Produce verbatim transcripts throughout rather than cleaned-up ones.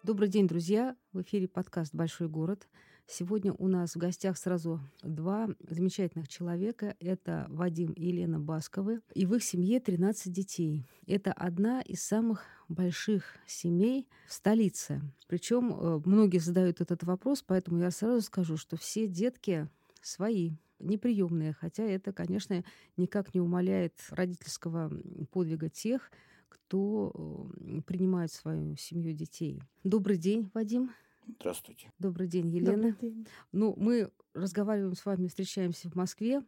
Добрый день, друзья! В эфире подкаст «Большой город». Сегодня у нас в гостях сразу два замечательных человека. Это Вадим и Елена Басковы. И в их семье тринадцать детей. Это одна из самых больших семей в столице. Причем э, многие задают этот вопрос, поэтому я сразу скажу, что все детки свои, неприемные. Хотя это, конечно, никак не умаляет родительского подвига тех, кто э, принимает в свою семью детей. Добрый день, Вадим. Здравствуйте. Добрый день, Елена. Добрый день. Ну, мы разговариваем с вами, встречаемся в Москве,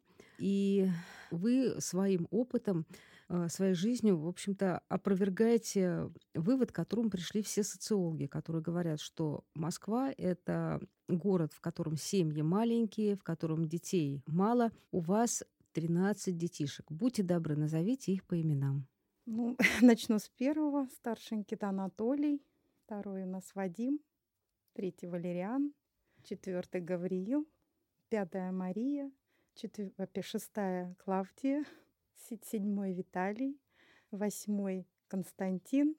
и вы своим опытом, э, своей жизнью, в общем-то, опровергаете вывод, к которому пришли все социологи, которые говорят, что Москва — это город, в котором семьи маленькие, в котором детей мало. У вас тринадцать детишек. Будьте добры, назовите их по именам. Ну, начну с первого. Старший Никита Анатолий, второй у нас Вадим, третий Валериан, четвертый Гавриил, пятая Мария, четвер... шестая Клавдия, седьмой Виталий, восьмой Константин,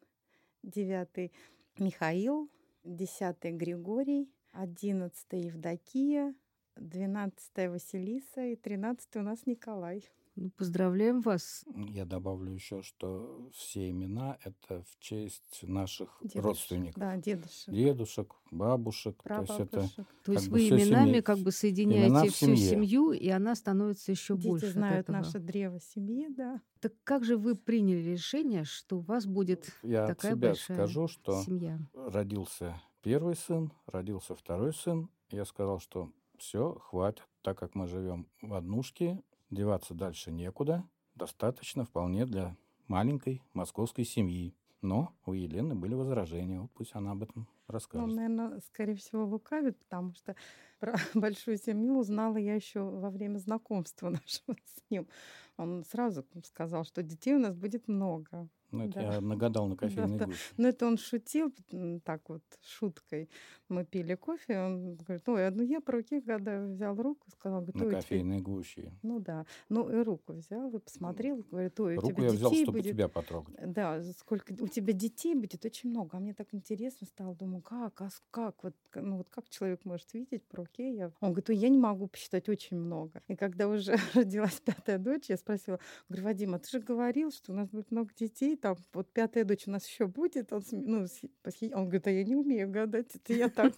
девятый Михаил, десятый Григорий, одиннадцатый Евдокия, двенадцатая Василиса и тринадцатый у нас Николай. Ну, поздравляем вас. Я добавлю еще, что все имена — это в честь наших Дедушек. родственников. Да, дедушек. Дедушек, бабушек. То есть, это, Прабабушек. То есть как бы вы всё именами семей- как бы имена соединяете в всю семье. семью, и она становится еще Дети больше от знают этого. наше древо семьи, да. Так как же вы приняли решение, что у вас будет Я от такая себя большая скажу, что семья? родился первый сын, родился второй сын. Я сказал, что все, хватит, так как мы живем в однушке, деваться дальше некуда. Достаточно вполне для маленькой московской семьи. Но у Елены были возражения. Вот пусть она об этом Ну, расскажет. наверное, скорее всего, лукавит, потому что про большую семью узнала я еще во время знакомства нашего с ним. Он сразу сказал, что детей у нас будет много. Ну, это Да. я нагадал на кофейной Да, да. гуще. Но это он шутил м, так вот, шуткой. Мы пили кофе, он говорит, ой, а ну я по руке, когда взял руку, сказал, говорит, На ой, у тебя... кофейной гуще. Ну да, ну и руку взял и посмотрел, говорит, ой, у Руку тебя я взял, детей чтобы будет... тебя потрогать. Да, сколько у тебя детей будет очень много. А мне так интересно стало, думаю, как, а с- как, вот, к- ну вот как человек может видеть по руке? Я... Он говорит, ой, я не могу посчитать, очень много. И когда уже родилась пятая дочь, я спросила, говорю, Вадим, а ты же говорил, что у нас будет много детей, там вот пятая дочь у нас еще будет. Он, сме- ну, с- посхи- он говорит, а я не умею гадать, это я так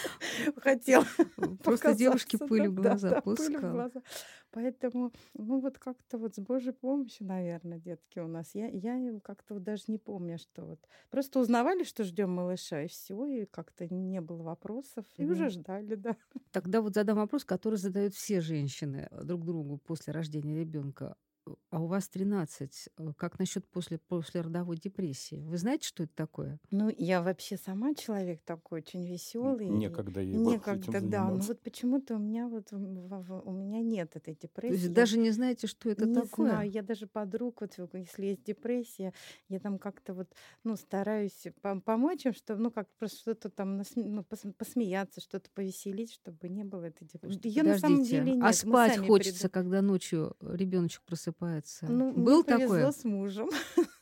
хотела Просто девушке показаться, пыль да, в да, глаза да, пыль в пускал. глаза. Поэтому, ну вот как-то вот с Божьей помощью, наверное, детки у нас. Я, я им как-то вот даже не помню, что вот. Просто узнавали, что ждем малыша, и все, и как-то не было вопросов, и Мгм. уже ждали, да. Тогда вот задам вопрос, который задают все женщины э, друг другу после рождения ребенка. А у вас тринадцать. Э, Как насчет после, послеродовой депрессии? Вы знаете, что это такое? Ну, я вообще сама человек такой очень веселый. Некогда ей было этим Некогда, да. Но заниматься. вот почему-то у меня вот в- в- в- у меня нет этой То депрессии. есть даже не знаете, что это Не такое? знаю, я даже подруг, вот в- если есть депрессия, я там как-то вот, ну, стараюсь пом- помочь им, чтобы, ну, как просто что-то там, насме- ну, пос- посмеяться, что-то повеселить, чтобы не было этой депрессии. Ее на самом Подождите, деле нет. а мы спать сами хочется, придум- когда ночью ребеночек просыпается? Ну, мне Был повезло такое? с мужем.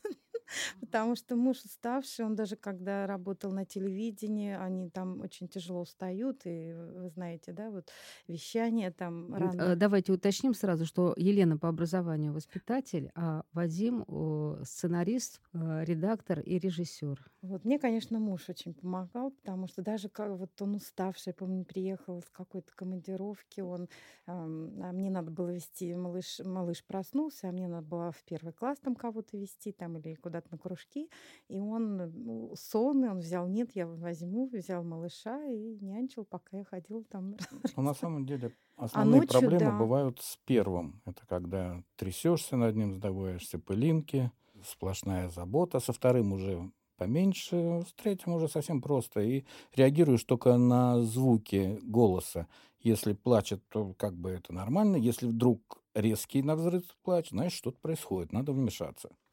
Потому что муж уставший, он даже когда работал на телевидении, они там очень тяжело устают, и вы знаете, да, вот вещание там М, рано. э, Давайте уточним сразу, что Елена по образованию воспитатель, а Вадим э, сценарист, э, редактор и режиссер. Вот мне, конечно, муж очень помогал, потому что даже как вот он уставший, я помню, приехал с какой-то командировки, он, ам, а мне надо было вести, малыш, малыш проснулся, а мне надо было в первый класс там кого-то вести там или куда-то на кружки, и он ну, сонный, он взял, нет, я возьму, взял малыша и нянчил, пока я ходила там. Но на самом деле А основные ночью, проблемы да, бывают с первым. Это когда трясешься над ним, сдаваешься пылинки, сплошная забота. Со вторым уже поменьше, с третьим уже совсем просто. И реагируешь только на звуки голоса. Если плачет, то как бы это нормально. Если вдруг резкий навзрыд плач, значит, что-то происходит, надо вмешаться.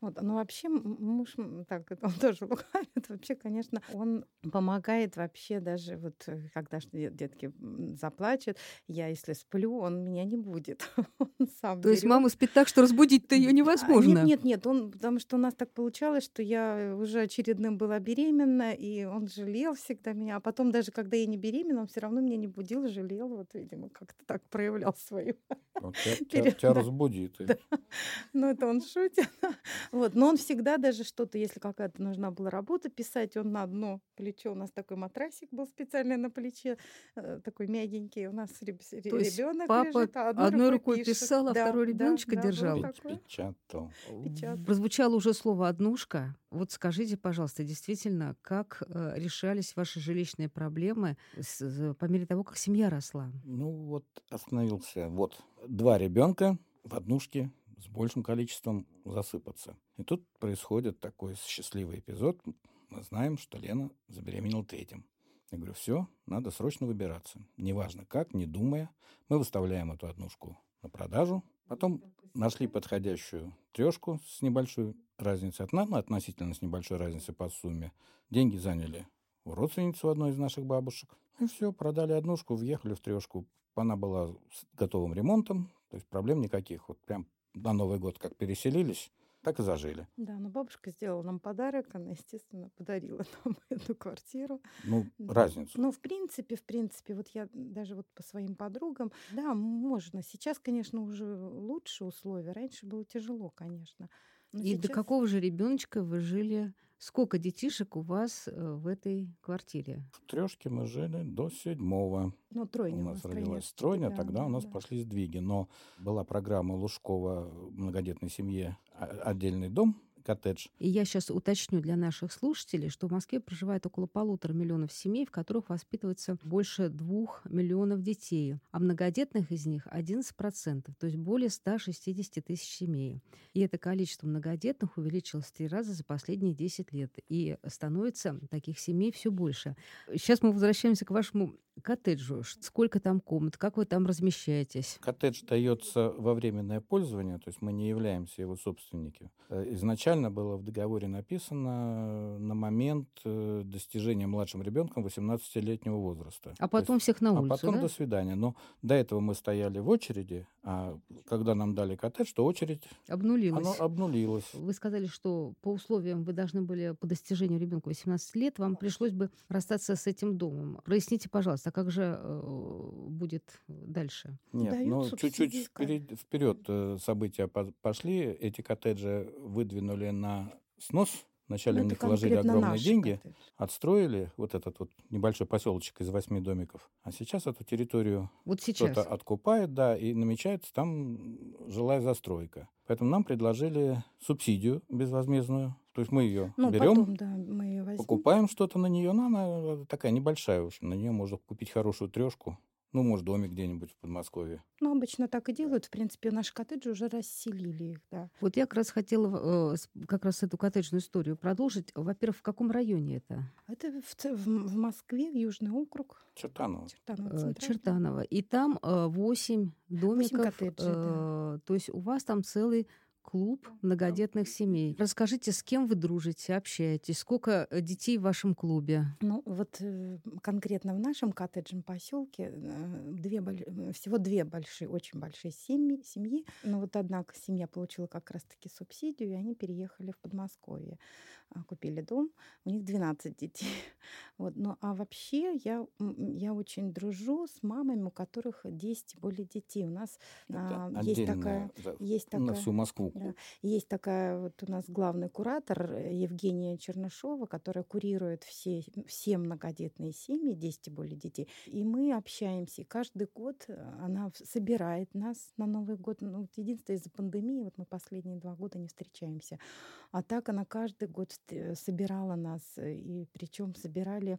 Вот, но вообще м- муж, м, так, это он тоже лукавит. Вообще, конечно, он помогает вообще даже вот, э, когда ж де- детки м, заплачут, я если сплю, он меня не будет. Он сам То есть берет. мама спит так, что разбудить-то ее А, нет, невозможно. нет, нет, он, потому что у нас так получалось, что я уже очередным была беременна, и он жалел всегда меня. А потом даже когда я не беременна, он все равно меня не будил, жалел. Вот, видимо, как-то так проявлял свою Вот тебя, тебя, пере- тебя да. разбудит. И Да. Ну, это он шутит. Вот. Но он всегда даже что-то, если какая-то нужна была работа писать, он на одно плечо, у нас такой матрасик был специальный на плече, э, такой мягенький, у нас То есть ребенок папа лежит, а одной одной рукой рукой пишет. писал, а Да, второй да, ребеночка да, было держал. печ- такое. печатал. Печатал. Прозвучало уже слово «однушка». Вот скажите, пожалуйста, действительно, как э, решались ваши жилищные проблемы с- з- по мере того, как семья росла? Ну вот остановился. Вот два ребенка в однушке с большим количеством засыпаться. И тут происходит такой счастливый эпизод. Мы знаем, что Лена забеременела третьим. Я говорю, все, надо срочно выбираться. Неважно как, не думая. Мы выставляем эту однушку на продажу. Потом нашли подходящую трешку с небольшой разницей от нас, ну, относительно с небольшой разницей по сумме. Деньги заняли у родственницы одной из наших бабушек. И все, продали однушку, въехали в трешку. Она была с готовым ремонтом, то есть проблем никаких. Вот прям на Новый год как переселились, так и зажили. Да, но бабушка сделала нам подарок, она, естественно, подарила нам эту квартиру. Ну, Да. разницу. Ну, в принципе, в принципе, вот я даже вот по своим подругам, да, можно. Сейчас, конечно, уже лучше условия. Раньше было тяжело, конечно. Но И до сейчас, какого же ребеночка вы жили? Сколько детишек у вас э, в этой квартире? В трешке мы жили до седьмого. ну, У тройня у нас нас, родилась тройняшечки, тройня, да, тогда да, у нас да. пошли сдвиги. Но была программа Лужкова многодетной семье а- отдельный дом, коттедж. И я сейчас уточню для наших слушателей, что в Москве проживает около полутора миллионов семей, в которых воспитывается больше двух миллионов детей, а многодетных из них одиннадцать процентов, то есть более ста шестидесяти тысяч семей. И это количество многодетных увеличилось в три раза за последние десять лет. И становится таких семей все больше. Сейчас мы возвращаемся к вашему коттеджу. Ш- Сколько там комнат, как вы там размещаетесь? Коттедж дается во временное пользование, то есть мы не являемся его собственниками. Э, Изначально было в договоре написано э, на момент э, достижения младшим ребенком восемнадцатилетнего возраста. А То есть, потом всех на а улицу, потом да? до свидания. Но до этого мы стояли в очереди, а когда нам дали коттедж, то очередь оно Обнулилось. обнулилась. Вы сказали, что по условиям вы должны были по достижению ребенка восемнадцати лет, вам пришлось бы расстаться с этим домом. Проясните, пожалуйста, а как же э, будет дальше? Нет, Дают ну чуть-чуть субсидии, вперед, вперед э, события по- пошли. Эти коттеджи выдвинули на снос. Вначале Ну, в это них вложили конкретно огромные наши деньги, коттеджи. отстроили вот этот вот небольшой поселочек из восьми домиков. А сейчас эту территорию Вот кто-то сейчас. откупает, да, и намечается там жилая застройка. Поэтому нам предложили субсидию безвозмездную. То есть мы ее Ну, берем, потом, да, мы ее возьмем. покупаем что-то на нее, но она такая небольшая, в общем, на нее можно купить хорошую трешку. Ну, может, домик где-нибудь в Подмосковье. Ну, обычно так и делают. В принципе, наши коттеджи уже расселили их, да. Вот я как раз хотела э, с- как раз эту коттеджную историю продолжить. Во-первых, в каком районе это? Это в, ц- в М- в Москве, в Южный округ, Чертаново. Чертаново, Э, центральный. Чертаново. И там э, восемь Восемь домиков. коттеджей, да. э, То есть у вас там целый клуб многодетных семей. Расскажите, с кем вы дружите, общаетесь, сколько э, детей в вашем клубе? Ну, вот э, конкретно в нашем коттеджном поселке э, две, боль- э, всего две большие, очень большие семьи, семьи. Но вот одна семья получила как раз-таки субсидию, и они переехали в Подмосковье. А, Купили дом, у них двенадцать детей. Вот. Ну, а вообще я, м, я очень дружу с мамами, у которых десять и более детей. У нас Это а, есть отдельная такая... за- Есть на такая всю Москву. да. Есть такая вот у нас главный куратор э, Евгения Чернышова, которая курирует все, все многодетные семьи, десять и более детей. И мы общаемся. И каждый год э, она в- собирает нас на Новый год. Ну, вот единственное, из-за пандемии вот мы последние два года не встречаемся. А так она каждый год вст- э, собирала нас. э, И причем собирали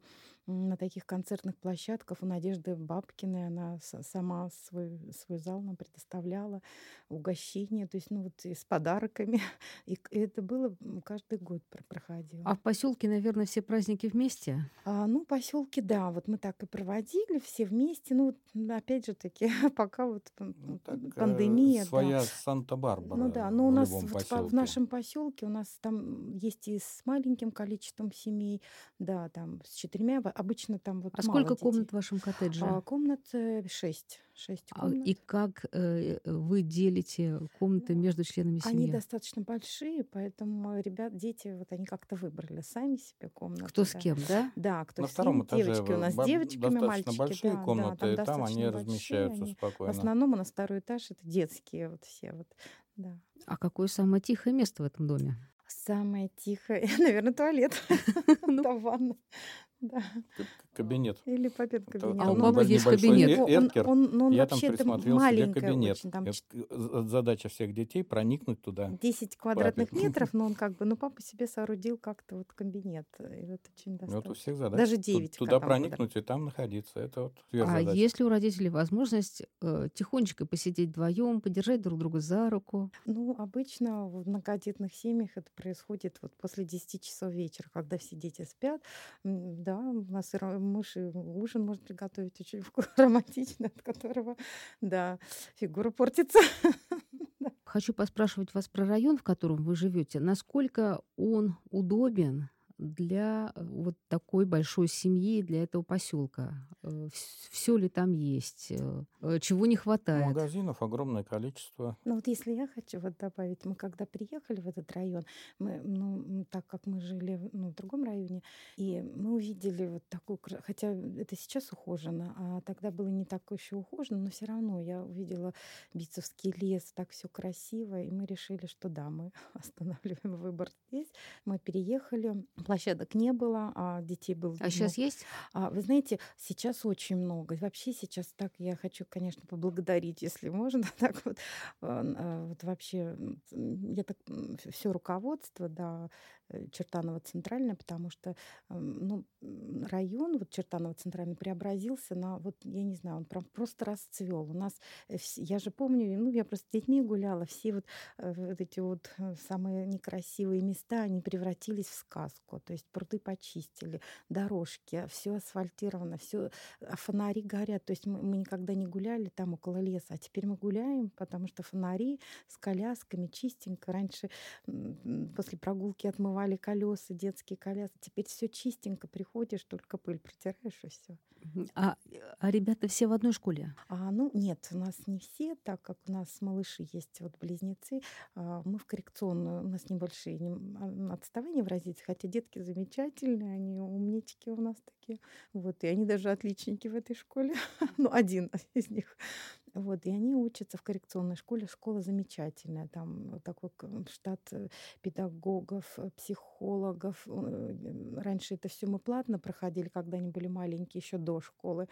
м, на таких концертных площадках у Надежды Бабкиной. Она с- сама свой, свой зал нам предоставляла, угощение, то есть, ну вот и с подарками. И к- это было м, каждый год про- проходило. А в поселке, наверное, все праздники вместе? А, ну, поселки, да, вот мы так и проводили все вместе. Ну, вот, м, опять же таки, пока вот м, Ну, м, так э, пандемия, да. своя Ну Санта-Барбара да, но у в нас любом вот в по- в поселке. нашем поселке у нас там есть и с маленьким количеством семей, да, там с четырьмя, во- обычно там вот А мало сколько комнат детей. в вашем коттедже? А комнат э, шесть, шесть А, и комнат. как э, вы делите комнаты Ну, между членами они семьи? достаточно большие, поэтому ребят, дети, вот они как-то выбрали сами себе Кто комнаты, с да. кем, да? Да, кто На с кем, втором этаже девочки у в- нас с ба- девочками, достаточно мальчики, большие да, да, там комнаты, там они достаточно большие, размещаются они в спокойно. основном у нас второй этаж это детские вот все вот, да. А какое самое тихое место в этом доме? Самое тихое, наверное, туалет, Ну, там ванна, да. К- к- Кабинет. Или папин Это кабинет. а у там Но он папы небо- есть очень, у небольшой кабинет. э- него, он, эркер. он, но он Я там вообще-то присмотрел себе маленькое кабинет. очень, там Это ч- з- задача всех детей проникнуть туда, десять к папе. квадратных метров, но он как бы, ну, папа себе соорудил как-то вот кабинет, и вот очень Вот у достаточно. всех задача Даже ту- девять туда там квадратных. проникнуть и там находиться. Это вот А сверхзадача. есть ли у родителей возможность э, тихонечко посидеть вдвоем, подержать друг друга за руку? Ну, обычно в многодетных семьях это происходит вот после десяти часов вечера, когда все дети спят. М, Да, у нас и ра- муж и ужин может приготовить очень вку- романтичный, от которого, да, фигура портится. Хочу поспрашивать вас про район, в котором вы живете. Насколько он удобен для э, вот такой большой семьи, для этого поселка? Все ли там есть? Э, э, Чего не хватает? Магазинов огромное количество. Ну вот если я хочу вот добавить, мы когда приехали в этот район, мы, ну, м, так как мы жили в, ну, в другом районе, и мы увидели вот такую, кра- хотя это сейчас ухожено, а тогда было не так еще ухожено, но все равно я увидела Битцевский лес, так все красиво, и мы решили, что да, мы останавливаем выбор здесь. Мы переехали, площадок не было, а детей было А сейчас много. есть? А, вы знаете, сейчас очень много. И вообще сейчас так я хочу, конечно, поблагодарить, если можно, так вот, а, н- а, вот вообще, м, я так, все руководство, да, э, Чертаново центральное, потому что, м, ну, м, район, вот Чертаново центральный преобразился на, вот, я не знаю, он прям просто расцвел. У нас, э, вс- я же помню, ну, я просто с детьми гуляла, все вот э, вот эти вот э, самые некрасивые места, они превратились в сказку. То есть пруды почистили, дорожки, все асфальтировано, все, фонари горят. То есть мы, мы никогда не гуляли там около леса, а теперь мы гуляем, потому что фонари с колясками чистенько. Раньше м, после прогулки отмывали колеса, детские колеса. Теперь все чистенько, приходишь, только пыль протираешь и все. Мгм. А, э, а ребята все в одной школе? А, ну, нет, у нас не все, так как у нас малыши есть, вот близнецы, а, мы в коррекционную, у нас небольшие нем- а, отставания в развитии, хотя детки замечательные, они умнички у нас такие, вот, и они даже отличники в этой школе, ну, один из них. Вот, и они учатся в коррекционной школе. Школа замечательная. Там вот такой к- штат э, педагогов, э, психологов. Э, Раньше это все мы платно проходили, когда они были маленькие, еще до школы.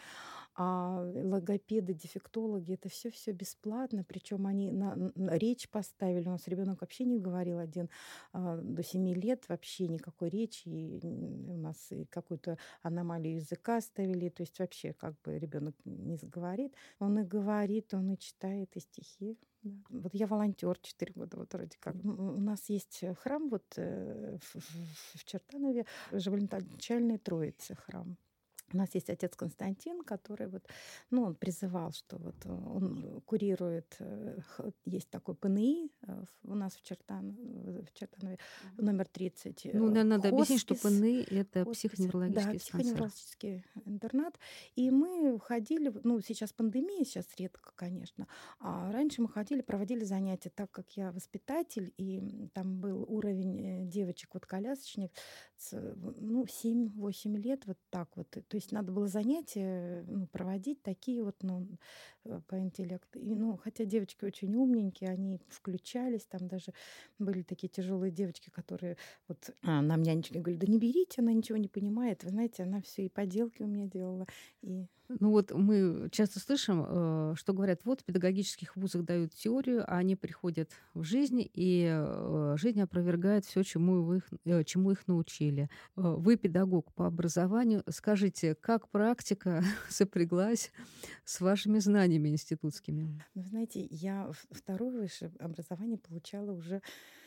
А логопеды, дефектологи, это все все бесплатно. Причем они на, на речь поставили. У нас ребенок вообще не говорил один а, до семи лет, вообще никакой речи. И м, у нас и какую-то аномалию языка ставили. То есть вообще как бы ребенок не заговорит. Он и говорит, он и читает, и стихи. Да. Вот я волонтер четыре года, вот вроде как. М, У нас есть э, храм вот э, в, в- в Чертанове, Живоначальной Троицы храм. У нас есть отец Константин, который вот, ну, он призывал, что вот э, он курирует, э, х- есть такой ПНИ э, в- у нас в, Чертан, в Чертанове, номер тридцать, Ну, э, наверное, надо объяснить, что хоспис, ПНИ — это хоспис, да, психоневрологический диспансер. психоневрологический интернат. И мы ходили, в- ну, сейчас пандемия, сейчас редко, конечно, а раньше мы ходили, проводили занятия, так как я воспитатель, и м, там был уровень э, девочек, вот колясочник, с, э, в- ну, семь-восемь лет, вот так вот. То есть надо было занятия ну, проводить такие вот, ну, э, по интеллекту. И, ну, хотя девочки очень умненькие, они включались, там даже были такие тяжелые девочки, которые вот а, нам нянечки говорили, да не берите, она ничего не понимает. Вы знаете, она все и поделки у меня делала, и Ну вот мы часто слышим, э, что говорят, вот в педагогических вузах дают теорию, а они приходят в жизнь, и э, жизнь опровергает все, чему вы их, э, чему их научили. Э, Вы педагог по образованию. Скажите, как практика сопряглась с вашими знаниями институтскими? ну, вы знаете, я в- второе высшее образование получала уже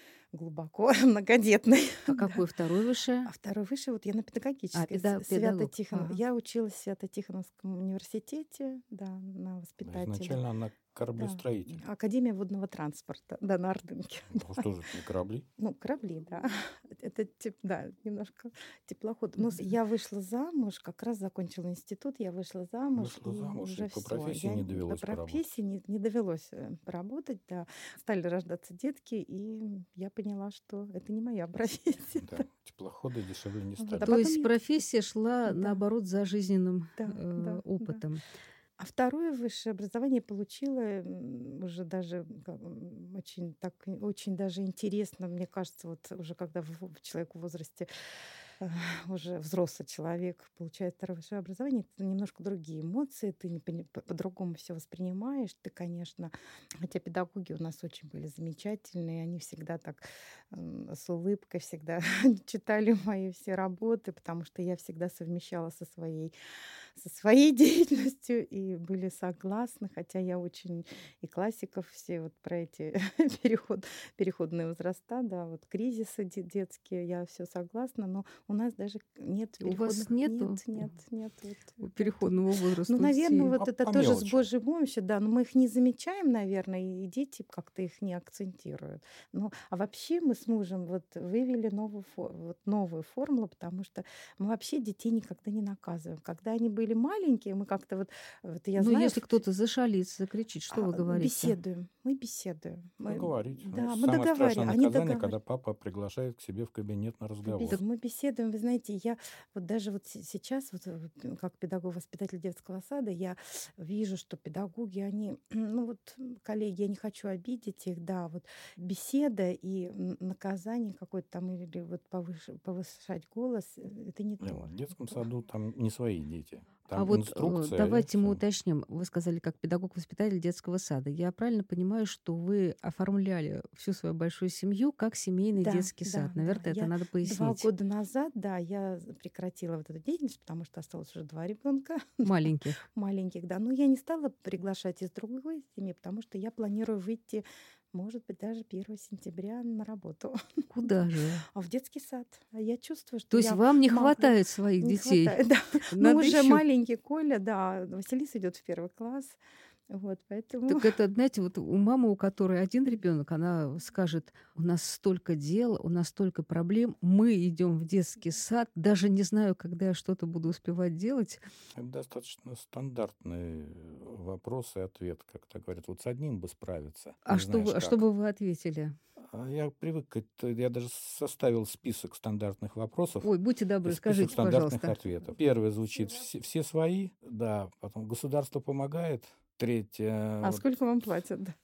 глубоко многодетной. А Да. какое второе высшее? А второе высшее, вот я на А, педагогической, педа- С- педагог. Свято-Тихон. Ага. Я училась в Свято-Тихоновском университете, да, на воспитателя. Изначально она Да. кораблестроитель. Академия водного транспорта, да, на Ордынке. Ну, что же это, не корабли? Ну, корабли, да. Это, тип, да, немножко теплоход. Но с- я вышла замуж, как раз закончила институт, я вышла замуж, Вышла и замуж, и уже по все. профессии не довелось По поработать. профессии не, не довелось э, поработать, да. Стали рождаться детки, и я поняла, что это не моя профессия. Да, теплоходы дешевле не Вот, стали. а То потом есть я- профессия шла, Да. наоборот, за жизненным Да, э, да, да. опытом. А второе высшее образование получила м, уже даже как, м, очень так, и очень даже интересно, мне кажется, вот уже когда в- в- человек в возрасте э, уже взрослый человек получает второе высшее образование, это немножко другие эмоции, ты не пони- по- по-другому все воспринимаешь, ты, конечно, хотя педагоги у нас очень были замечательные, они всегда так м, с улыбкой всегда читали мои все работы, потому что я всегда совмещала со своей со своей деятельностью и были согласны, хотя я очень и классиков все вот про эти переход, переходные возраста, да, вот кризисы де- детские, я все согласна, но у нас даже нет У вас переходных, нету нет, нет, нет. Вот, вот. переходного возраста Ну, у наверное, детей? вот По- это по тоже с мелочи. Божьей помощью, да, но мы их не замечаем, наверное, и дети как-то их не акцентируют. Ну, а вообще мы с мужем вот вывели новую, фо- вот новую формулу, потому что мы вообще детей никогда не наказываем. Когда они были маленькие, мы как-то вот, вот я Ну, знаю, если в- кто-то зашалит, закричит, что вы а, говорите? беседуем, мы беседуем. Мы, Поговорить. да, мы Самое страшное договариваем, они наказание, договаривают. когда папа приглашает к себе в кабинет на разговор. Бес- Мы беседуем, вы знаете, я вот даже вот се- сейчас, вот э, п- как педагог-воспитатель детского сада, я вижу, что педагоги, они, ну вот, м, коллеги, я не хочу обидеть их, да, вот беседа и м, наказание какое-то там, или вот повыш- повышать голос, э, это не Лена, то. в детском Это- саду там не свои дети. Там А вот э, инструкция. давайте и мы всё. уточним. Вы сказали, как педагог-воспитатель детского сада. Я правильно понимаю, что вы оформляли всю свою большую семью как семейный Да, детский да, сад? да. Наверное, это Я надо два пояснить. года назад, да, я прекратила вот эту деятельность, потому что осталось уже два ребенка. Маленьких. Маленьких, да. Но я не стала приглашать из другой семьи, потому что я планирую выйти, может быть, даже первого сентября на работу. Куда же? А в детский сад. А я чувствую, что То есть я вам не могу. хватает своих Не детей? хватает, да. Ну, Надо уже еще. маленький Коля, да, Василиса идет в первый класс. Вот, поэтому Так это, знаете, вот у мамы, у которой один ребенок, она скажет: у нас столько дел, у нас столько проблем, мы идем в детский сад, даже не знаю, когда я что-то буду успевать делать. Это достаточно стандартный вопрос и ответ, как-то говорят. Вот с одним бы справиться. А не что, знаешь вы, а как. что бы вы ответили? А Я привык, к это- я даже составил список стандартных вопросов Ой, будьте и добры, список скажите, стандартных пожалуйста. ответов. Первый звучит все, все свои, да, потом государство помогает. Третье, А вот, сколько вам платят? Да?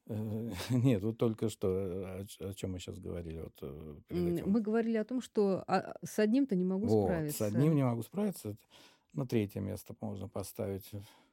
э, нет, вот только что, э, о, ч- о чем мы сейчас говорили, вот э, перед М, этим. Мы говорили о том, что а, с одним-то не могу Вот, с одним справиться. не могу справиться, на третье место можно поставить.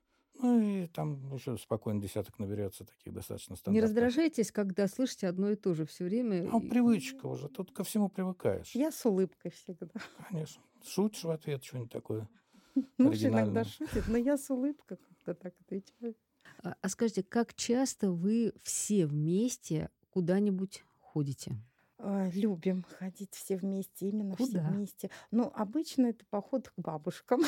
Ну и там еще спокойно десяток наберется таких достаточно Не стандартных. раздражайтесь, когда слышите одно и то же все время. Ну, И- привычка уже, тут ко всему привыкаешь. Я с улыбкой всегда. Конечно. Шутишь в ответ, что-нибудь такое Муж иногда оригинальное. шутит, но я с улыбкой как-то так отвечаю. А а скажите, как часто вы все вместе куда-нибудь ходите? А, Любим ходить все вместе, именно все Куда? вместе. Но обычно это поход к бабушкам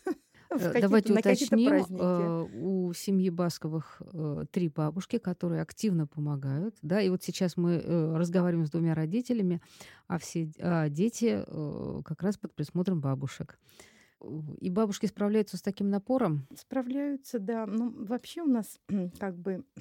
в Э, какие-то- Давайте на какие-то уточним, праздники. э, у семьи Басковых э, три бабушки, которые активно помогают, да, и вот сейчас мы э, разговариваем с двумя родителями, а все а дети э, как раз под присмотром бабушек. Э, И бабушки справляются с таким напором. Справляются, да. Ну, вообще у нас как бы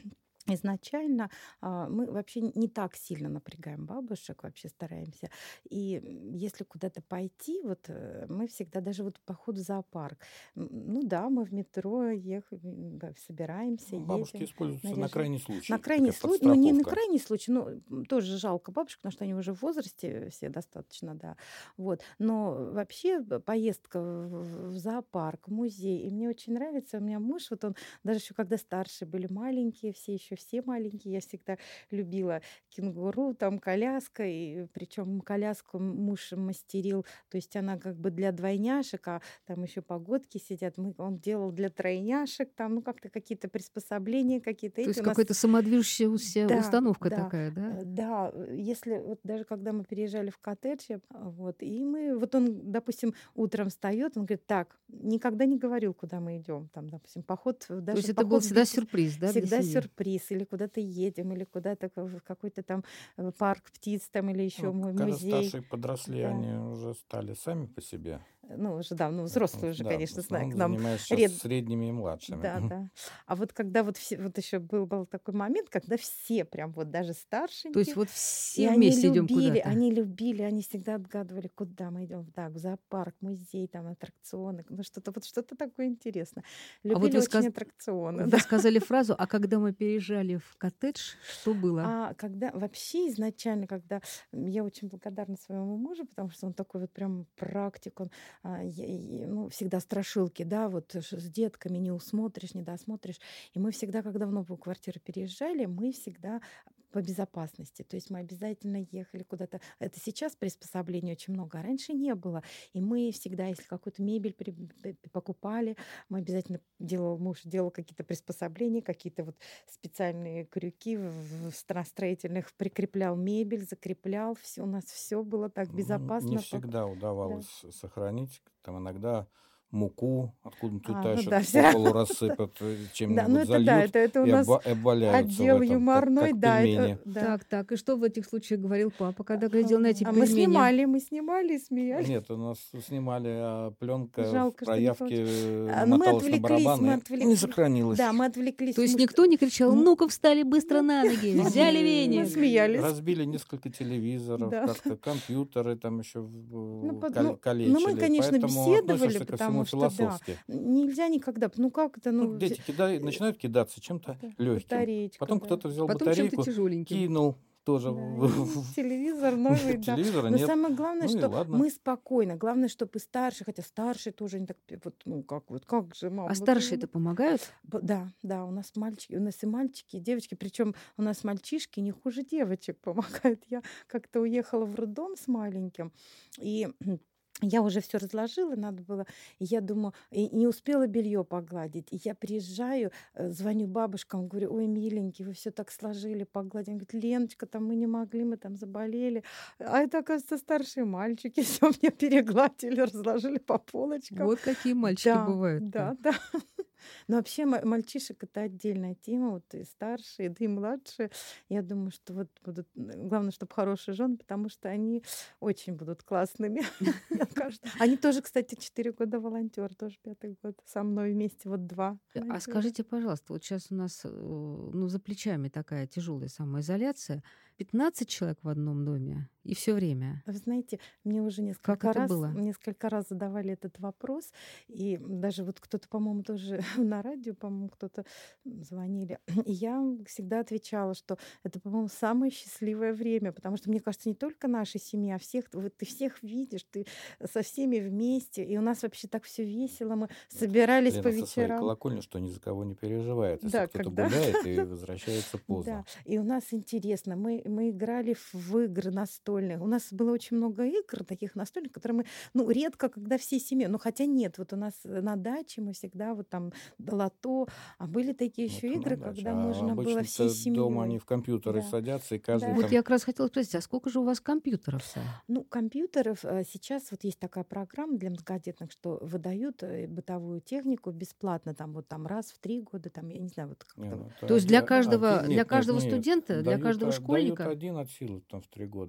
изначально а, мы вообще не так сильно напрягаем бабушек, вообще стараемся. И м, если куда-то пойти, вот э, мы всегда, даже вот поход в зоопарк, м, ну да, мы в метро ехаем, собираемся, Ну, бабушки едем, используются на наряжаем. крайний На случай, крайний такая случай, ну не на подстраховка. крайний случай, ну м, тоже жалко бабушек, потому что они уже в возрасте все достаточно, да. Вот. Но вообще б- поездка в, в- в зоопарк, в музей, и мне очень нравится, у меня муж, вот он даже еще когда старшие были маленькие, все еще все маленькие, я всегда любила кенгуру, там коляска, и причем коляску муж мастерил, то есть она как бы для двойняшек, а там еще погодки сидят, мы, он делал для тройняшек, там, ну как-то какие-то приспособления какие-то То эти есть у нас. какая-то самодвижущаяся Да, установка да, такая, да? э, да, э, если вот даже когда мы переезжали в коттедж, а, вот, и мы, вот он, допустим, утром встает, он говорит, так, никогда не говорил, куда мы идем, там, допустим, поход, э, То есть даже это был поход в всегда беседку, сюрприз, да, для всегда семьи? сюрприз, или куда-то едем, или куда-то к- в какой-то там э, парк птиц там, или еще Ну, когда музей, старшие подросли, да. они уже стали сами по себе. Ну, уже, да, ну, Поэтому, взрослые уже, да, в конечно, знаю, к основном нам занимаюсь сейчас ред, средними и младшими. да, да. А вот когда вот все, вот еще был, был такой момент, когда все прям вот даже То есть старшенькие, вот и все они вместе идем любили, куда-то. они любили, они всегда отгадывали, куда мы идем. Да, в зоопарк, музей, там аттракционы, ну что-то вот что-то такое интересное. А вот Любили вы, очень сказ... аттракционы, вы да. сказали фразу, а когда мы переезжали в коттедж, что было? А когда вообще изначально, когда м, я очень благодарна своему мужу, потому что он такой вот прям практик, он а, я- я- ну, всегда страшилки, да, вот ш- с детками не усмотришь, не досмотришь. И мы всегда, когда в новую квартиру переезжали, мы всегда по безопасности. То есть мы обязательно ехали куда-то. Это сейчас приспособлений очень много, а раньше не было. И мы всегда, если какую-то мебель при- п- покупали, мы обязательно делал, муж делал какие-то приспособления, какие-то вот специальные крюки в в стра строительных, прикреплял мебель, закреплял. Всё, у нас все было так Ну, не безопасно. Пап всегда Да. удавалось сохранить. Там иногда муку откуда-нибудь А, ну утащат, да, по вся. полу рассыпят, э, Да, ну чем-нибудь это да, зальют это это у и нас оба обваляются в отдел этом, как юморной, как да, это пельмени. да. Так, так, и что в этих случаях говорил папа, А, когда глядел на эти а мы пельмени? снимали, мы снимали и смеялись. Нет, у нас снимали, а пленка в Жалко, что не проявке, получилось. э, А, ну мы намоталась на отвлеклись, мы барабан и не отвлеклись. сохранилась. Да, мы То отвлеклись. есть Муж никто не кричал: м, "Ну-ка, встали быстро нет, на ноги, Ну, взяли мы веник!" мы смеялись. разбили несколько телевизоров, Да. как-то компьютеры там еще Ну, в- под кал- ну ну, мы, калечили, конечно, поэтому беседовали, относишься ко всему потому что да, философски. нельзя никогда, ну как это, Ну, ну, взе дети кида- э, начинают кидаться чем-то да, легким. батареечка, Потом да. кто-то взял Потом чем-то батарейку, тяжеленьким. кинул тоже Да, в, и в- телевизор новый, нет, да. телевизора Но нет. самое главное, Ну и что ладно. мы спокойно. Главное, чтобы и старшие, хотя старшие тоже не так, пе вот, ну как вот, как же, А мам, ну ты же, старшие-то ну. помогают? Б Да, да, у нас мальчики, у нас и мальчики, и девочки, причем у нас мальчишки не хуже девочек помогают. Я как-то уехала в роддом с маленьким, и я уже все разложила, надо было. И я думаю, и не успела белье погладить. И я приезжаю, э, звоню бабушкам, говорю: "Ой, миленькие, вы все так сложили, погладили". Они говорят: "Леночка, там мы не могли, мы там заболели". А это, оказывается, старшие мальчики все мне перегладили, разложили по полочкам. Вот какие мальчики Да, бывают-то. да, да. Но вообще ма мальчишек — это отдельная тема. Вот и старшие, да и младшие. Я думаю, что вот будут, н главное, чтобы хорошие жены, потому что они очень будут классными, мне кажется. Они тоже, кстати, четыре года волонтёр, тоже пятый год. Со мной вместе вот два А волонтёра. скажите, пожалуйста, вот сейчас у нас, э, ну, за плечами такая тяжелая самоизоляция. Пятнадцать человек в одном доме и все время. Вы знаете, мне уже Как несколько это раз было? несколько раз задавали этот вопрос, и даже вот кто-то, по-моему, тоже на радио, по-моему, кто-то звонили. И я всегда отвечала, что это, по-моему, самое счастливое время, потому что, мне кажется, не только наша семья, а всех, вот ты всех видишь, ты со всеми вместе, и у нас вообще так все весело, мы собирались по Лена со своей вечерам. колокольни, что ни за кого не переживает, если Да, кто-то когда гуляет и возвращается Да, поздно. и у нас интересно, мы, мы играли в в игры настольные. У нас было очень много игр таких настольных, которые мы, ну, редко, когда всей семьей, ну, хотя нет, вот у нас э, на даче мы всегда вот там лото, а были такие Ну, еще это на игры, даче. когда А можно было всей обычно-то дома они семьей. в компьютеры Да, садятся, и каждый да. Вот там... я как раз хотела спросить, а сколько же у вас компьютеров-то? Ну, компьютеров э, сейчас вот есть такая программа для многодетных, что выдают э, бытовую технику бесплатно, там вот там раз в три года, там, я не знаю, вот Не, как-то. ну это То есть оди- для а- каждого, один, для нет, нет, каждого нет. студента, для Дают, каждого а, дают школьника? один от силы там в три года.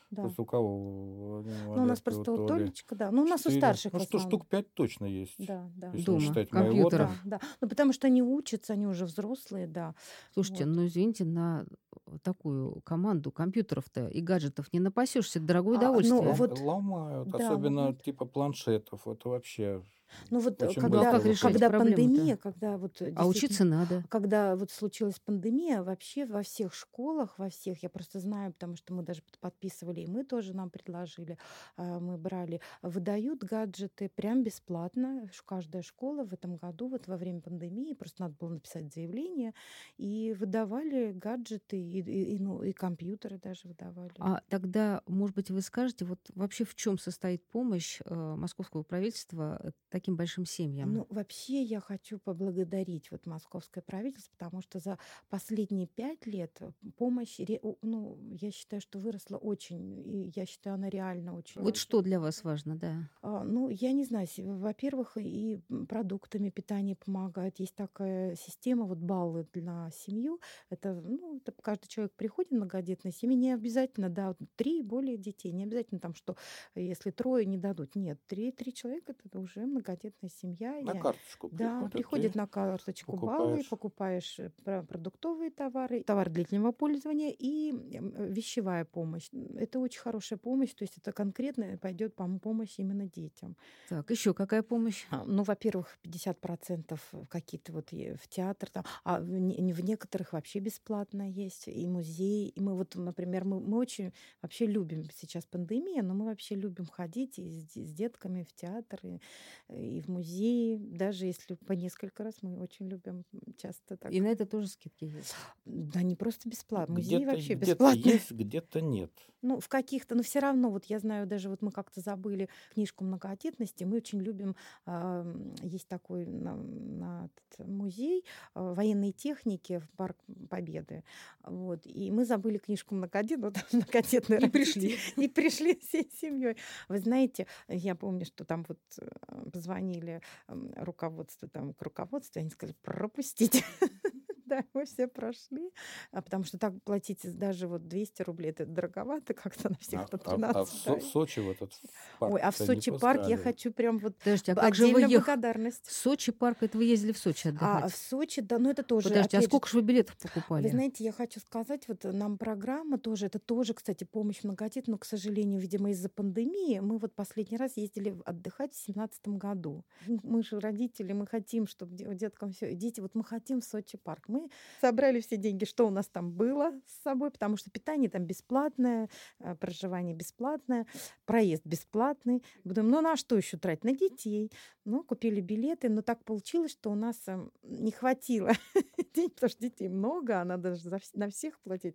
да. Просто у кого? Ну, Ну, у нас Олег, просто у то ли Толечка, да. Ну, у нас у четыре. старших в Ну, что, основном. штук пять точно есть. Да, да. Если не Дома, считать моего, компьютеров. там. Да, да. Ну, потому что они учатся, они уже взрослые, да. Слушайте, Вот. ну извините, на такую команду компьютеров-то и гаджетов не напасешься, это дорогое А, ну, удовольствие. Лом- вот, ломают, да, особенно ломают. типа планшетов. Это вообще Ну вот э, очень Ну а когда, быстро как решать выходит. когда проблему-то? пандемия, когда вот э, А действительно, учиться надо. когда вот случилась пандемия, вообще во всех школах, во всех, я просто знаю, потому что мы даже под- подписывали, и мы тоже нам предложили, а, мы брали, выдают гаджеты прям бесплатно. Ш- Каждая школа в этом году, вот во время пандемии, просто надо было написать заявление, и выдавали гаджеты, и, и- и, ну, и компьютеры даже выдавали. А тогда, может быть, вы скажете, вот вообще в чем состоит помощь э, московского правительства э, таким большим семьям? Ну, вообще я хочу поблагодарить вот московское правительство, потому что за последние пять лет э, помощь, ре- у- ну, я считаю, что выросла очень, и я считаю, она реально очень Вот важна. что для вас важно, да? А, Ну, я не знаю, се- во-первых, и м, продуктами питания помогают. Есть такая система, вот баллы на семью. Это, ну, это каждый человек приходит в многодетной семье, не обязательно, да, вот три и более детей, не обязательно там, что э, если трое не дадут. Нет, три, три человека это уже многодетная семья. На И, карточку да, приходят, приходят ты на карточку баллы, покупаешь. покупаешь э, про- продуктовые товары, товар длительного пользования и м, э, вещевая помощь. Это очень хорошая помощь, то есть это конкретно пойдет помощь именно детям. Так, еще какая помощь? А, Ну, во-первых, пятьдесят процентов в какие-то вот е- в театр, там, а в, не- в некоторых вообще бесплатно есть, и музей. И мы вот, например, мы, мы очень вообще любим сейчас пандемия, но мы вообще любим ходить и с, де- с детками в театр, и, и в музей. Даже если по несколько раз мы очень любим часто так. И на это тоже скидки есть. Да не просто бесплатно, музей Где-то вообще где-то бесплатный. есть, где-то нет. Ну, в каких-то, но все равно, вот я знаю, даже вот мы как-то забыли книжку многодетности, мы очень любим, ам, есть такой на, на этот музей а, военной техники в Парк Победы, вот, и мы забыли книжку многодетности, многодетные И родители, пришли. и пришли всей семьей. Вы знаете, я помню, что там вот э, позвонили м, руководству, там, к руководству, и они сказали, пропустите. Да, мы все прошли, а, потому что так платить даже вот двести рублей, это дороговато как-то на А, всех на а- а в, тринадцать Со- в дали. Сочи в этот Ой, а в парк-то не Сочи парк я пускали. хочу прям вот Подождите, а б- как же вы отдельная ехали? В благодарность. Сочи парк, это вы ездили в Сочи А отдыхать? в Сочи, да, ну это тоже, Подождите, а опять же, сколько же вы билетов вы покупали? знаете, я хочу сказать, вот э, нам программа тоже, это тоже, кстати, помощь многодетным, но, к сожалению, видимо, из-за пандемии мы вот последний раз ездили в- отдыхать в семнадцатом году. М, Мы же родители, мы хотим, чтобы деткам все, дети, вот мы хотим в Сочи парк. Мы собрали все деньги, что у нас там было с собой, потому что питание там бесплатное, э, проживание бесплатное, проезд бесплатный. Думаем, ну на что еще тратить? На детей. Ну, купили билеты, но так получилось, что у нас эм, не хватило денег, потому что детей много, а надо же за вс- на всех платить.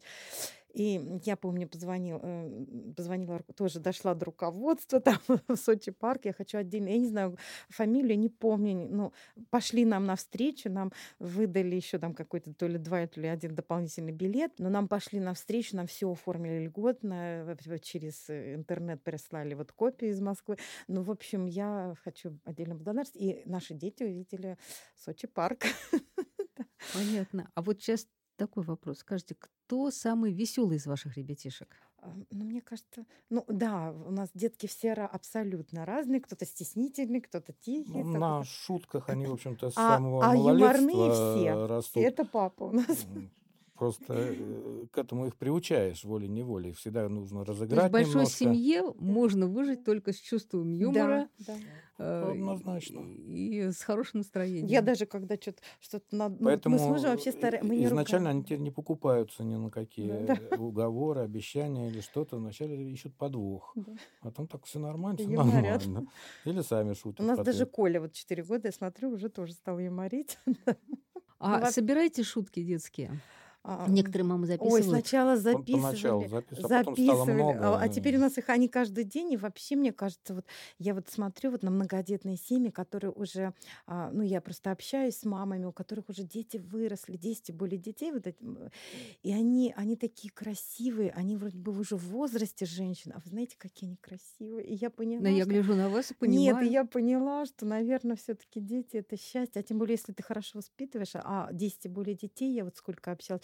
И я помню, позвонил, э, позвонила, ру- тоже дошла до руководства там в Сочи парк, я хочу отдельно, я не знаю, фамилию не помню, не- ну, пошли нам навстречу, нам выдали еще там какой-то то ли два, то ли один дополнительный билет, но нам пошли навстречу, нам все оформили льготно, вот- вот через э, интернет прислали вот копии из Москвы. Ну, в общем, я хочу отдельно благодарность. И наши дети увидели Сочи парк. Понятно. А вот сейчас такой вопрос. Скажите, кто самый веселый из ваших ребятишек? А, Ну, мне кажется, ну да, у нас детки все ра- абсолютно разные. Кто-то стеснительный, кто-то тихий. Ну, кто-то на так. шутках они, в общем-то, с А, самого а юморные малолетства все. Все растут. это папа у нас. М, Просто э, к этому их приучаешь волей-неволей. Их всегда нужно То есть в разыграть большой немножко. семье Да, можно выжить только с чувством да, юмора да. э, Однозначно. и, и с хорошим Я настроением. даже когда что-то что-то надо... Ну, вот мы с Поэтому мужем вообще э, стараемся, мы и- не изначально они ругаем. теперь не покупаются ни на какие Да, э, уговоры, обещания или что-то. Вначале ищут подвох. да. А там так все нормально, И все юморят. нормально. Или сами У шутят нас в даже ответ. Коля, вот четыре года, я смотрю, уже тоже стал юморить. Ну, А во- собираете шутки детские? а, м, Некоторые мамы Ой, записывают. сначала Пон- Поначалу записывали, записывал, а потом стало записывали, а, много. а теперь у э, нас их они каждый день, и вообще, мне кажется, вот я вот смотрю вот на многодетные семьи, которые уже, а, ну, я просто общаюсь с мамами, у которых уже дети выросли, десять и более детей, вот эти, м, и они, они такие красивые, они вроде бы уже в возрасте женщин, а вы знаете, какие они красивые, и я Но поняла, я что... гляжу на вас и Нет, и понимаю. я поняла, что, наверное, все-таки дети это счастье. А тем более, если ты хорошо воспитываешь, а десять и более детей, я вот сколько общалась,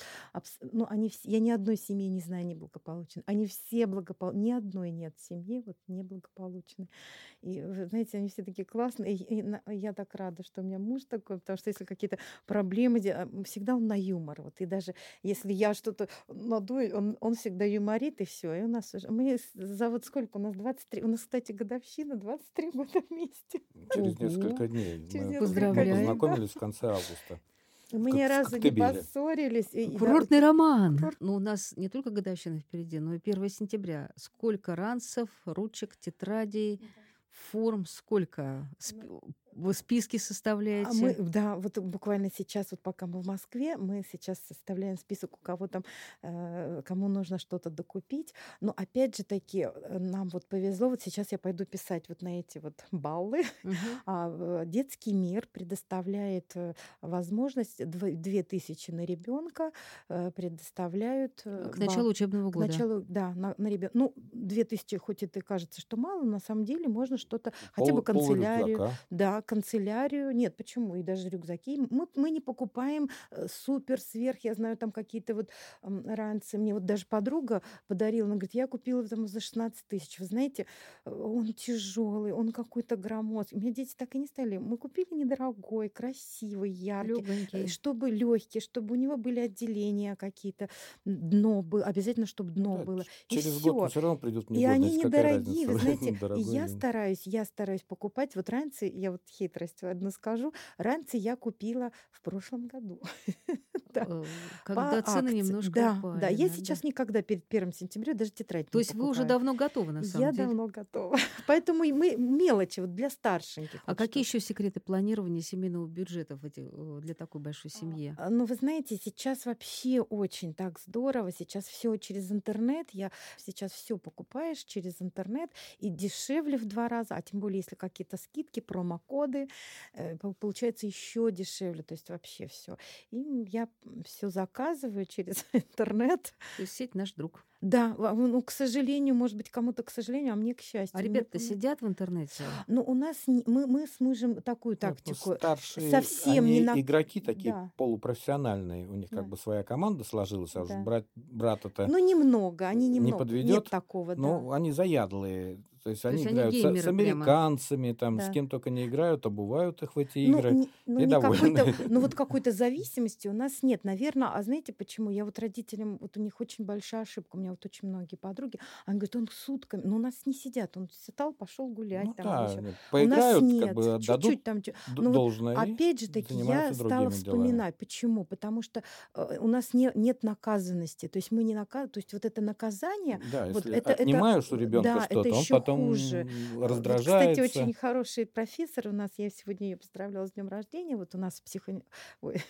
абс ну, они вс я ни одной семьи не знаю неблагополучной. Они все благопол ни одной нет семьи вот неблагополучной. И вы знаете, они все такие классные. И и на я так рада, что у меня муж такой, потому что если какие-то проблемы, де а, всегда он на юмор. Вот и даже если я что-то надую, он он всегда юморит, и все. И у нас уже мы с за вот сколько у нас двадцать три, у нас, кстати, годовщина, двадцать три года вместе. Через Ого! несколько дней. Через Мы, несколько мы Поздравляем! дней, да. познакомились в конце августа Мы в, ни Кок- в разу не Коктебеле. поссорились. И, и да, вот Курортный роман. курорт. Ну, у нас не только годовщина впереди, но и первое сентября. Сколько ранцев, ручек, тетрадей, форм, сколько сп- вы списки А мы, составляете? да, вот буквально сейчас, вот пока мы в Москве, мы сейчас составляем список, у кого там, э, кому нужно что-то докупить. Но опять же таки, э, нам вот повезло, вот сейчас я пойду писать вот на эти вот баллы. Мгм. А, в- Детский мир предоставляет э, возможность дв- две тысячи на ребенка, предоставляют э, К ба- началу учебного к года. началу, да, на, на ребенка. Ну, две тысячи, хоть это и кажется, что мало, на самом деле можно что-то, хотя бы Пол, пол канцелярию, рюкзака. да, канцелярию. Нет, почему? И даже рюкзаки. Мы, мы не покупаем э, супер, сверх. Я знаю, там какие-то вот м, ранцы. Мне вот даже подруга подарила. Она говорит, я купила там за шестнадцать тысяч. Вы знаете, э, он тяжелый, он какой-то громоздкий. У меня дети так и не стали. Мы купили недорогой, красивый, яркий, э, Легонький. чтобы легкий, чтобы у него были отделения какие-то, м, дно было. Обязательно, чтобы Ну дно да, было. ч- И через год он все. все равно придет в И они негодность. Какая недорогие, разница, вы знаете, и дорогой я или нет? стараюсь, я стараюсь покупать вот ранцы, я вот хитрость одну скажу, ранцы я купила в прошлом году. Да, Э, по Когда цены акции. немножко Да, да, упали, я да, сейчас да. никогда перед первым сентября даже тетрадь То не есть вы уже покупаю. давно готовы, на самом Я деле. давно готова. Поэтому и мы мелочи вот для старшеньких А вот какие что-то. еще секреты планирования семейного бюджета в эти, э, для такой большой семьи? А, Ну, вы знаете, сейчас вообще очень так здорово. Сейчас все через интернет. Я сейчас все покупаешь через интернет и дешевле в два раза, а тем более, если какие-то скидки, промокоды, э, пол- получается еще дешевле. То есть вообще все. И я все заказываю через интернет. То есть сеть наш друг. Да, ва- ну, к сожалению, может быть, кому-то к сожалению, а мне к А счастью. Мне ребята пом- сидят в интернете? Ну, у нас не- мы, мы с мужем такую Нет, ну тактику старшие, совсем не они на... игроки такие Да, полупрофессиональные. У них как да, бы своя команда сложилась, а уж да. брат, брат-то Ну, немного, они не немного. Нет подведет. такого, да. Но они заядлые. То есть То они есть они играют со- с, геймеры прямо. американцами, там, с Да. кем только не играют, обувают их в эти Ну, игры не, ну, и не какой-то, довольны. ну вот какой-то зависимости у нас нет, наверное. А знаете почему? Я вот родителям, вот у них очень большая ошибка. У меня вот очень многие подруги, они говорят, он сутками, но у нас не сидят, он встал, пошел гулять Ну там или да, еще. нет, У нас поиграют, как нет, бы отдадут чуть-чуть там. чё- д- Но вот должное и опять же таки я занимаются стала другими делами. вспоминать, почему? Потому что э, у нас не, нет наказанности, то есть мы не наказываем, то есть вот это наказание, Да, вот если это, это, отнимаешь у э, ребенка да, это что-то, он еще потом хуже. м, Э, Вот, кстати, раздражается. очень хороший профессор у нас, я сегодня ее поздравляла с днем рождения, вот у нас в психо... Ой,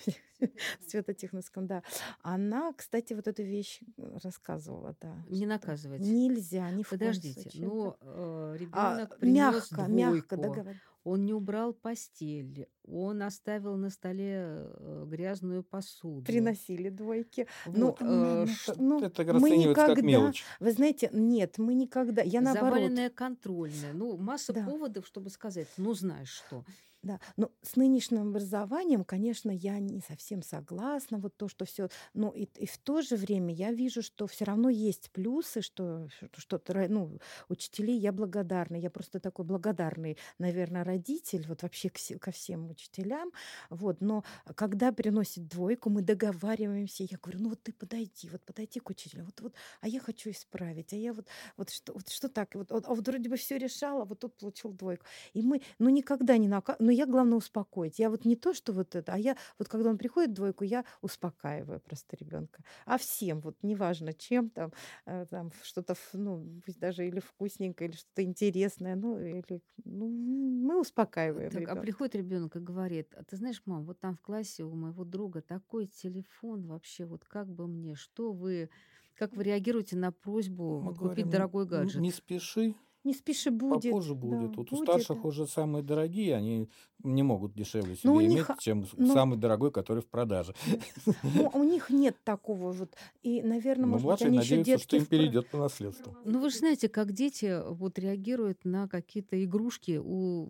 в Светотехновском, да. Она, кстати, вот эту вещь э, рассказывала, да, Не что наказывать. нельзя ни в коем Подождите, случае. Да. но А, ребенок принес мягко, мягко двойку, договор. он не убрал постель, он оставил на столе э, грязную посуду. Приносили двойки. Ну, Вот, Это, м, э, это- ш- ну, это мы расценивается как никогда, мелочь. вы знаете, нет, мы никогда, я наоборот, заваленная контрольная. Ну, масса да. поводов, чтобы сказать, ну, знаешь что. Да, но с нынешним образованием, конечно, я не совсем согласна. Вот то, что все, ну и, и в то же время я вижу, что все равно есть плюсы, что что что-то, ра- ну, учителей я благодарна. Я просто такой благодарный, наверное, родитель, вот вообще к се- ко всем учителям. Вот, но когда приносит двойку, мы договариваемся. Я говорю, ну вот ты подойди, вот подойди к учителю, вот вот, а я хочу исправить, а я вот вот что вот что так, вот, вот, а вот вроде бы все решала, вот тут получил двойку. И мы, ну, никогда не нака но я, главное, успокоить. Я вот не то, что вот это, а я вот когда он приходит двойку, я успокаиваю просто ребенка. А всем, вот неважно чем там, э, там что-то, ф- ну, пусть даже или вкусненькое, или что-то интересное, ну, или, ну, мы успокаиваем Так, а ребенка. приходит ребенок и говорит, а ты знаешь, мам, вот там в классе у моего друга такой телефон вообще, вот как бы мне, что вы, как вы реагируете на просьбу Мы купить говорим, дорогой «Н- гаджет? не спеши, Не спеши, будет, попозже да, будет. Вот у будет, старших да. уже самые дорогие, они не могут дешевле Но у себе них, иметь, чем с- ну, самый дорогой, который в продаже. да. Ну, у них нет такого вот. И, наверное, Но может быть, младшие они еще надеются, что детки им в про- перейдет по наследству. Ну, вы же знаете, как дети вот реагируют на какие-то игрушки у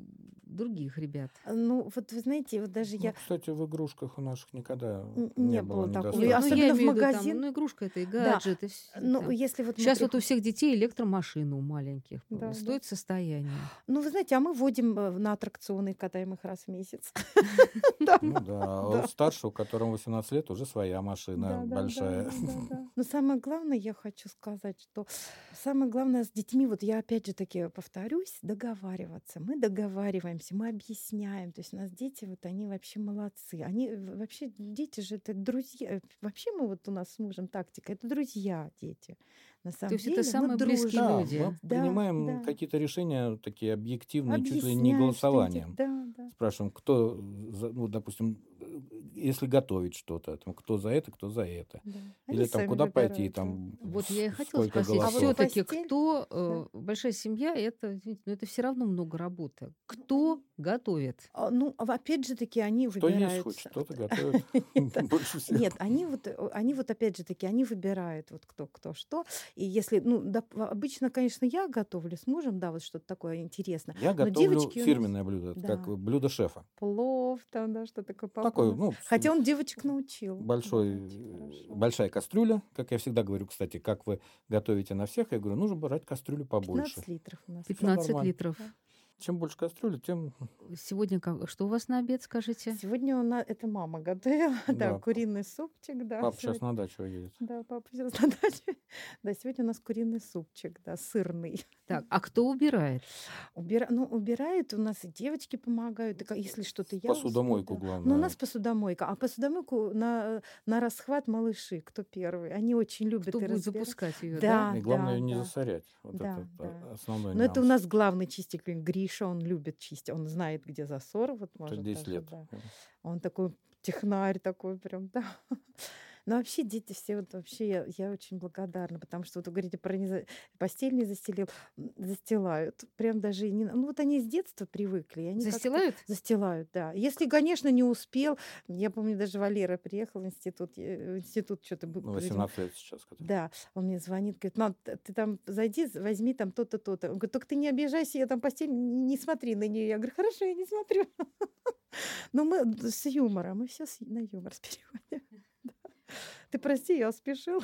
других ребят? Ну, вот вы знаете, вот даже Ну, я кстати, в игрушках у наших никогда н- не не было было такого. Нет, И недостатка. ну я особенно в имею в виду, там, магазин. ну игрушка это и Да. гаджет, и вс- Ну, там. если вот мы Сейчас вот у приходим. всех детей электромашины у маленьких. Да, да. Стоит состояние. Ну, вы знаете, а мы водим э, на аттракционы и катаем их раз в месяц. Да, Ну да, а да. у старшего, которому восемнадцать лет, уже своя машина Да, да, да, большая. да, да, да. Но самое главное, я хочу сказать, что самое главное с детьми, вот я опять же таки повторюсь, договариваться. Мы договариваемся, мы объясняем. То есть у нас дети, вот они вообще молодцы. Они в- вообще, дети же это друзья. Вообще мы вот у нас с мужем тактика, это друзья дети. На То самом есть это деле мы самые близкие дружим. Да, люди. мы Да, принимаем да. какие-то решения такие объективные, чуть ли не Объясняем, что им делать. голосованием. Да, да. Спрашиваем, кто, за- ну, допустим, э, если готовить что-то, там, кто за это, кто за это. Да. Или Они там сами куда пойти, выбирают, да. там Вот я и с- хотела сколько спросить, А вот голосов. все-таки постель, кто, да. э, большая семья, это, извините, но это все равно много работы. Кто готовит? А, Ну, а опять же таки, они Кто есть выбирают. хоть с- что-то готовит Это- больше всех. Нет, они вот, э, они вот опять же таки, они выбирают вот кто, кто что. И если, ну, доп- обычно, конечно, я готовлю с мужем, да, вот что-то такое интересное. Я Но готовлю девочки у нас фирменное блюдо, это да. как блюдо шефа. плов, там, да, что такое папа у Такой, нас. ну, Хотя с- он девочек научил. Да, большой, очень хорошо. большая кастрюля. Как я всегда говорю, кстати, как вы готовите на всех, я говорю, нужно брать кастрюлю побольше. пятнадцать литров у нас. пятнадцать нормально. литров. Да. Чем больше кастрюли, тем Сегодня как- что у вас на обед, скажите? Сегодня у нас, это мама готовила, да, да. куриный супчик, да. Папа сейчас сегодня- на дачу едет. Да, папа сейчас на даче. Да, сегодня у нас куриный супчик, да, сырный. Так, а кто убирает? Убира... Ну, убирают, у нас и девочки помогают, и ка- если что-то я Посудомойку, успею, да. главное. Ну, у нас посудомойка, а посудомойку на, на расхват малыши, кто первый. Они очень любят Кто и будет разбирают. запускать ее, Да, И главное да, не да. засорять. Вот Да, это да. а, основной Но это у нюанс. нас главный чиститель Гриша, он любит чистить, он знает, где засор, вот Это может десять даже, лет. да. Он такой технарь такой прям, да. Но вообще дети все, вот вообще я, я очень благодарна, потому что вот вы говорите про не за- постель не застелил, м, застилают. Прям даже и не... на- Ну вот они с детства привыкли. и они как-то Застилают? Застилают, да. Если, конечно, не успел. Я помню, даже Валера приехал в институт, э, в институт что-то... Ну, восемнадцать лет сейчас. когда. Да, он мне звонит, говорит, мам, т- ты там зайди, з- возьми там то-то, то-то. Он говорит, только ты не обижайся, я там постель, н- не смотри на нее. Я говорю, хорошо, я не смотрю. Но мы д- с юмором, мы все на юмор с переводим. Да. Ты прости, я спешила.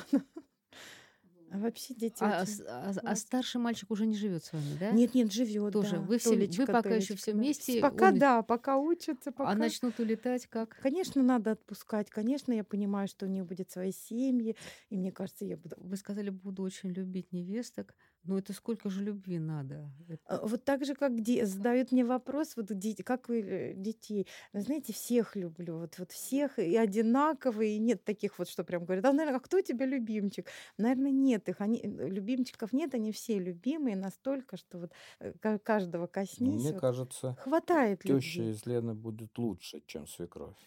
А вообще дети А, очень... с- а- а класс. старший мальчик уже не живет с вами, да? Нет, нет, живет, Тоже. да. Вы все- вы Толечка, пока еще Толечка, все да. вместе, Пока, он- да, пока учатся, А пока... начнут улетать как? Конечно, надо отпускать. Конечно, я понимаю, что у них будет свои семьи. И мне кажется, я буду... Вы сказали, буду очень любить невесток. Но это сколько же любви надо? Это- А, Вот так же, как де- задают мне вопрос, вот дети, как вы э, детей? Вы знаете, всех люблю, вот, вот всех и одинаковые, и нет таких вот, что прям говорят, а, наверное, а кто у тебя любимчик? Наверное, нет их, они, э, любимчиков нет, они все любимые настолько, что вот э, ка- каждого коснись, Мне вот, кажется, хватает теща любви. из Лены будет лучше, чем свекровь.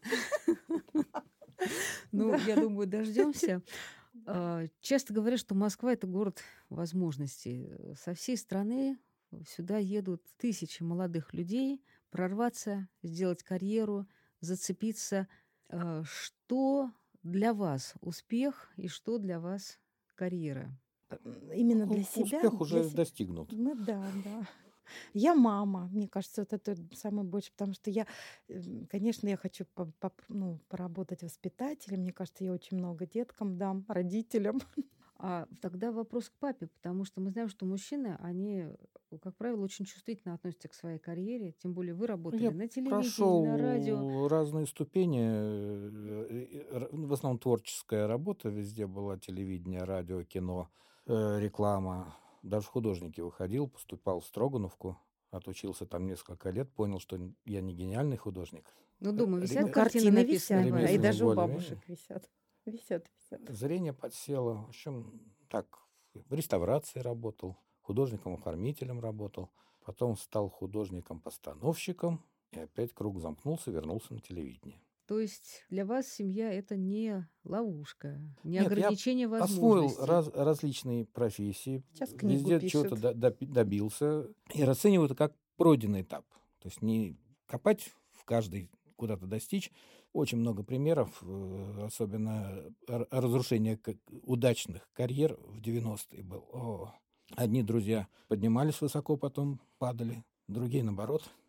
Ну, я думаю, дождемся. А, Часто говорят, что Москва — это город возможностей. Со всей страны сюда едут тысячи молодых людей прорваться, сделать карьеру, зацепиться. А, Что для вас успех и что для вас карьера? М, Именно для Ну, себя. Успех для уже се- достигнут. Ну да, да. Я мама, мне кажется, вот это самое больше, потому что я, эм, конечно, я хочу по- поп- ну, поработать воспитателем. Мне кажется, я очень много деткам дам, родителям. А тогда вопрос к папе, потому что мы знаем, что мужчины, они, как правило, очень чувствительно относятся к своей карьере, тем более вы Ну, работали Я на телевидении, прошел на радио. разные ступени. э, э, р- В основном творческая работа. Везде была телевидение, радио, кино, э, реклама. Даже в художники выходил, поступал в Строгановку. Отучился там несколько лет, понял, что н- я не гениальный художник. Ну, дома Ре- висят Ну, картины, Картины написанные висят, да, и ремесленные даже у более-менее. бабушек висят. Висят, висят. Зрение подсело. В общем, так, в реставрации работал, художником-оформителем работал. Потом стал художником-постановщиком. И опять круг замкнулся, вернулся на телевидение. То есть для вас семья — это не ловушка, не Нет, я ограничение Освоил возможностей. раз- различные профессии, Сейчас книгу везде пишет. чего-то до- допи- добился. И расцениваю это как пройденный этап. То есть не копать в каждый, куда-то достичь. Очень много примеров, э, особенно р- разрушения к- удачных карьер в девяностые был. О, одни друзья поднимались высоко, потом падали, другие, наоборот,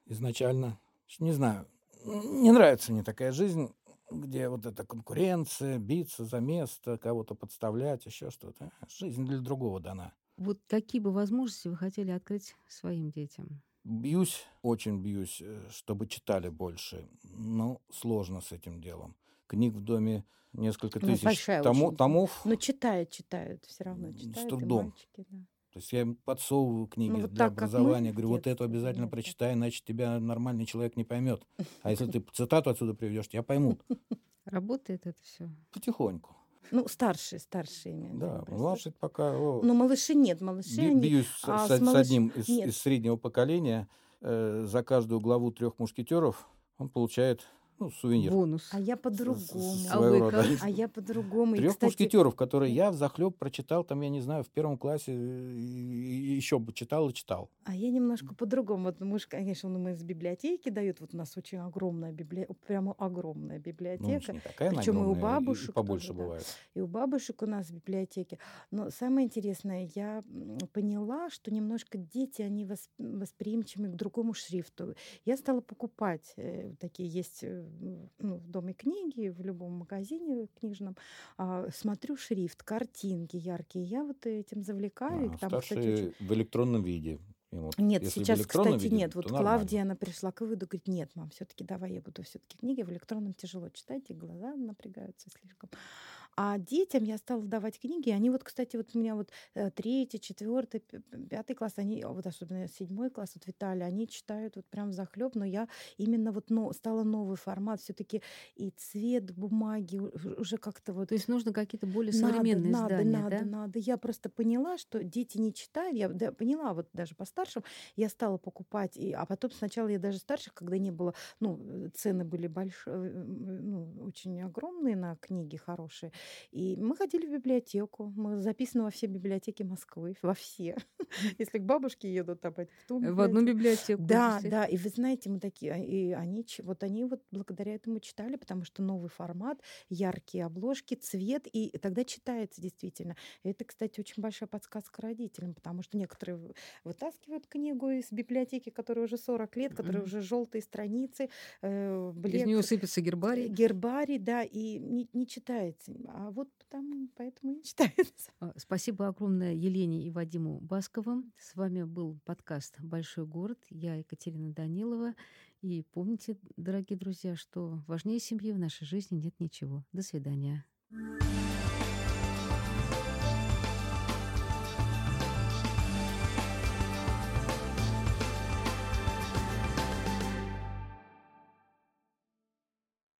изначально. Не знаю, не нравится мне такая жизнь, где вот эта конкуренция, биться за место, кого-то подставлять, еще что-то. Жизнь для другого дана. Вот какие бы возможности вы хотели открыть своим детям? Бьюсь, очень бьюсь, э, чтобы читали больше. Но сложно с этим делом. Книг в доме несколько Ну, тысяч большая томо- очень. томов Но читают, читают, все равно м, с читают, и трудом. мальчики, да. То есть я им подсовываю Ну, книги вот для так, как мы образования, в говорю, вот эту детстве, обязательно нет. прочитай, иначе тебя нормальный человек не поймет. А если ты цитату отсюда приведешь, тебя поймут. Работает это все? Потихоньку. Ну, старшие, старшие имеют в Да, виду, просто. младший пока о, Ну, малыши нет, малыши би- они... бьюсь с, А с- с с малыш... одним из, Нет, из среднего поколения. э, за каждую главу трех мушкетеров он получает ну, сувенир. Бонус. а я С- с- по-другому. А Своего вы рода. как? А я по-другому. И, Трех кстати, мушкетеров, которые да. я взахлеб прочитал, там, я не знаю, в первом классе э, и еще бы читал и читал. А я немножко по-другому. Вот муж, конечно, ну, мы из библиотеки дают. Вот у нас очень огромная библиотека, прямо огромная Ну, библиотека. не такая она Причем и у огромная, и- и бабушек побольше тоже, да. бывает. И у бабушек у нас в библиотеке. Но самое интересное, я м, поняла, что немножко дети, они вос- восприимчивы к другому шрифту. Я стала покупать э, вот такие есть э, м, ну, в доме книги, в любом магазине книжном. А, смотрю шрифт, картинки яркие. Я вот этим завлекаю. И А, там, кстати, очень... старшие в электронном виде. И вот, Нет, если в сейчас, электронном кстати, виде, нет. Вот то Клавдия, нормально. она пришла к выводу, говорит, нет, мам, все-таки давай я буду все-таки книги в электронном тяжело читать, и глаза напрягаются слишком. А детям я стала давать книги. Они вот, кстати, вот у меня вот э, третий, четвертый, п- п- пятый класс, они, а вот особенно седьмой класс, вот Виталий, они читают вот прям захлеб, но я именно вот но, стала новый формат, все-таки и цвет бумаги у- уже как-то вот То есть нужно какие-то более надо, современные надо, издания, надо, да? надо. Я просто поняла, что дети не читают. Я да, поняла, вот даже по старшим, я стала покупать. И, а потом сначала я даже старших, когда не было, ну, э, цены были большие, ну, очень огромные на книги хорошие. И мы ходили в библиотеку. Мы записаны во все библиотеки Москвы, во все. Если к бабушке едут, там, в ту В одну библиотеку. библиотеку, Да, действительно. да, и вы знаете, мы такие, а, и они, ч- вот они вот благодаря этому читали, потому что новый формат, яркие обложки, цвет, и тогда читается действительно. И это, кстати, очень большая подсказка родителям, потому что некоторые в- вытаскивают книгу из библиотеки, которая уже сорок лет, которая Мгм. уже желтые страницы, э, Из блек, нее сыпется э, гербарий. гербарий, да, и не, не читается. А вот там, поэтому и читается. А, Спасибо огромное Елене и Вадиму Басковым. С вами был подкаст «Большой город». Я Екатерина Данилова. И помните, дорогие друзья, что важнее семьи в нашей жизни нет ничего. До свидания.